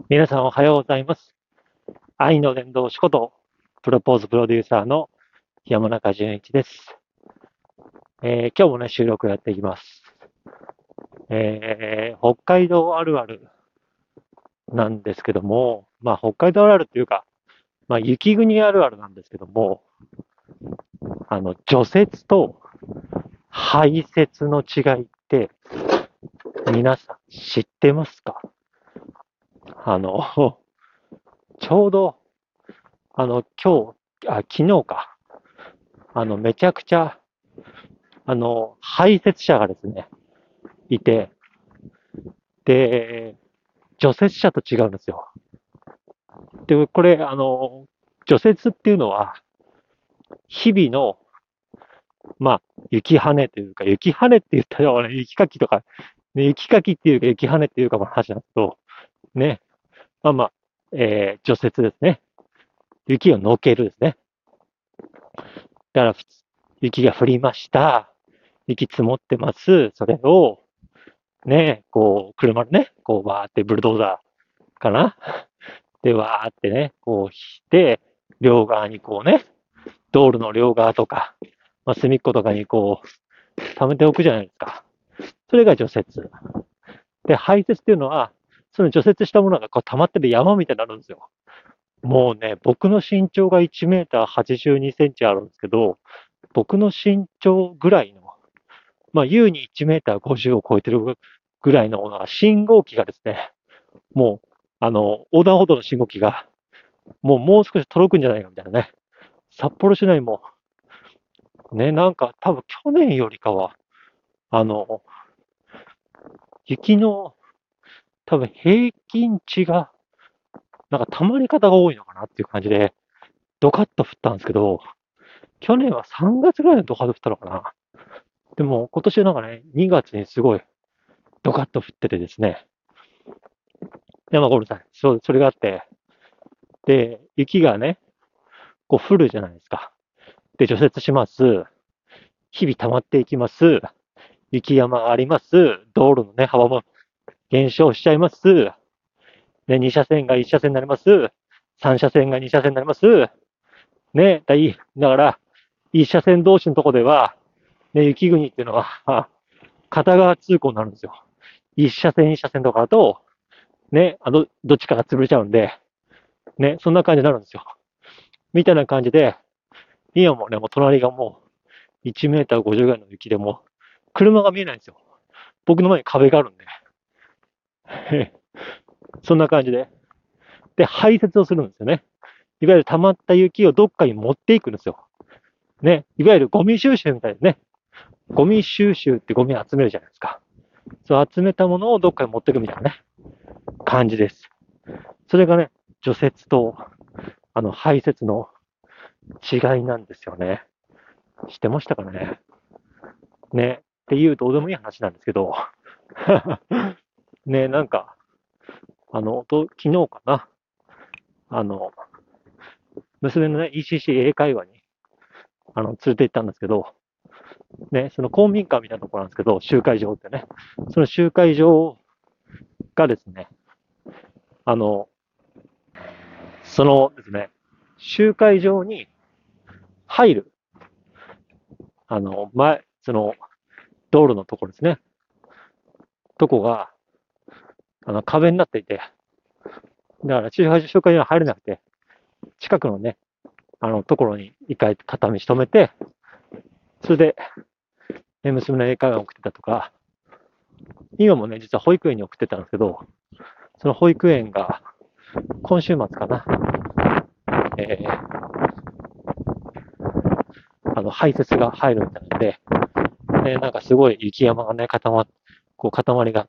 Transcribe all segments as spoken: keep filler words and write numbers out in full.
皆さんおはようございます。愛の伝道師こと、プロポーズプロデューサーの山中淳一です。えー今日もね、収録やっていきます。えー北海道あるあるなんですけども、まあ北海道あるあるっていうか、まあ雪国あるあるなんですけども、あの、除雪と排雪の違いって皆さん知ってますか？あの、ちょうど、あの、今日、あ、昨日か、あの、めちゃくちゃ、あの、排雪者がですね、いて、で、除雪車と違うんですよ。で、これ、あの、除雪っていうのは、日々の、まあ、雪跳ねというか、雪跳ねって言ったら、ね、雪かきとか、ね、雪かきっていうか、雪跳ねっていうか、まあ、話なんですけど、ね、まあまあ、えー、除雪ですね。雪をのけるですね。だから、雪が降りました。雪積もってます。それを、ね、こう、車でね、こう、わーってブルドーザーかなで、わーってね、こうして、両側にこうね、道路の両側とか、まあ、隅っことかにこう、溜めておくじゃないですか。それが除雪。で、排雪っていうのは、その除雪したものがこう溜まってる山みたいになるんですよ。もうね、僕の身長がいちメーターはちじゅうにセンチあるんですけど、僕の身長ぐらいの、まあ、優にいちメーターごじゅうを超えてるぐらいのものが、信号機がですね、もう、あの、横断歩道の信号機が、もうもう少し届くんじゃないかみたいなね。札幌市内も、ね、なんか多分去年よりかは、あの、雪の多分平均値が、なんか溜まり方が多いのかなっていう感じで、ドカッと降ったんですけど、去年はさんがつぐらいのドカッと降ったのかな。でも今年はなんかね、にがつにすごいドカッと降っててですね、山ごめんなさい。そう、それがあって、で、雪がね、こう降るじゃないですか。で、除雪します。日々溜まっていきます。雪山があります。道路のね、幅も減少しちゃいます。ね、に車線がいち車線になります。さん車線がに車線になります。ね、だいだから、いち車線同士のとこでは、ね、雪国っていうのは、片側通行になるんですよ。いち車線、に車線とかだと、ね、あの、どっちかが潰れちゃうんで、ね、そんな感じになるんですよ。みたいな感じで、今もね、もう隣がもういちメーターごじゅうぐらいの雪でも、車が見えないんですよ。僕の前に壁があるんで。そんな感じで。で、排雪をするんですよね。いわゆる溜まった雪をどっかに持っていくんですよ。ね。いわゆるゴミ収集みたいですね。ゴミ収集ってゴミ集めるじゃないですか。そう集めたものをどっかに持っていくみたいなね、感じです。それがね、除雪と、あの、排雪の違いなんですよね。知ってましたかね。ね。っていうどうでもいい話なんですけど、ね、なんか、あの、と昨日かな、あの、娘のね、イーシーシー 英会話に、あの、連れて行ったんですけど、ね、その公民館みたいなところなんですけど、集会場ってね、その集会場がですね、あの、そのですね、集会場に入る、あの、前、その、道路のところですね、とこが、あの、壁になっていて、だから集会集会場には入れなくて、近くのね、あの、ところに一回片道止めて、それで、ね、娘の英会話を送ってたとか、今もね、実は保育園に送ってたんですけど、その保育園が今週末かな、えー、あの、排雪が入るみたいなんで、ね、なんかすごい雪山がね、固まっ、こう塊があって、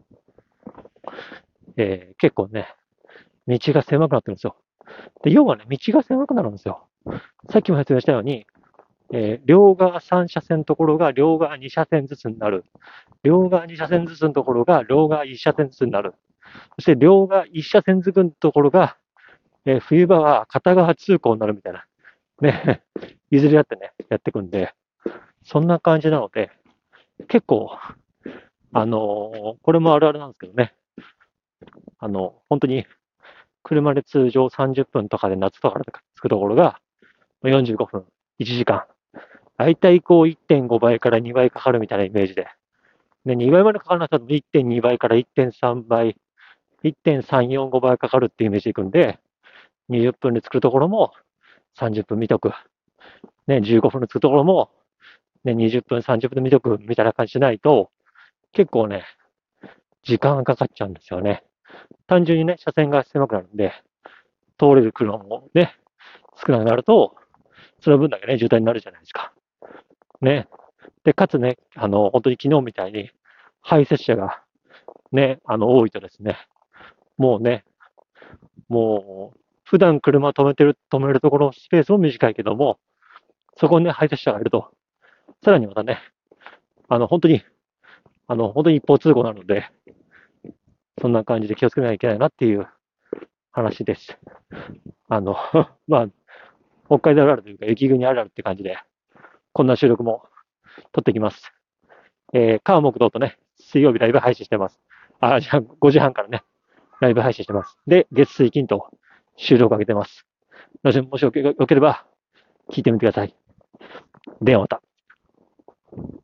えー、結構ね、道が狭くなってるんですよ。で、要はね、道が狭くなるんですよ。さっきも説明したように、えー、両側さん車線のところが両側に車線ずつになる。両側に車線ずつのところが両側いち車線ずつになる。そして両側いち車線ずつのところが、えー、冬場は片側通行になるみたいな。ね、譲り合ってね、やっていくんで、そんな感じなので、結構、あのーこれもあるあるなんですけどね、 あの、本当に車で通常さんじゅっぷんとかで夏とかで着くところがよんじゅうごふん、いちじかん。だいたいこういってんごばいからにばいかかるみたいなイメージで。で、にばいまでかからなくてもいってんにばいからいってんさんばい、いってんさんよんごばいかかるっていうイメージでいくんで、にじゅっぷんで着くところもさんじゅっぷん見とく。ね、じゅうごふんで着くところも、ね、にじゅっぷん、さんじゅっぷんで見とくみたいな感じしないと、結構ね、時間がかかっちゃうんですよね。単純にね、車線が狭くなるんで、通れる車もね、少なくなると、その分だけね、渋滞になるじゃないですか。ね。で、かつね、あの、本当に昨日みたいに、排泄者がね、あの、多いとですね、もうね、もう、普段車止めてる、止めるところ、スペースも短いけども、そこにね、排泄者がいると、さらにまたね、あの、本当に、あの、本当に一方通行なので、そんな感じで気をつけなきゃいけないなっていう話です。あの、まあ、北海道あるあるというか、雪国あるあるって感じで、こんな収録も撮ってきます。えー、川木道とね、水曜日ライブ配信してます。あ、じゃあごじはんからね、ライブ配信してます。で、月水金と収録上げてます。もしもしよければ、聞いてみてください。ではまた。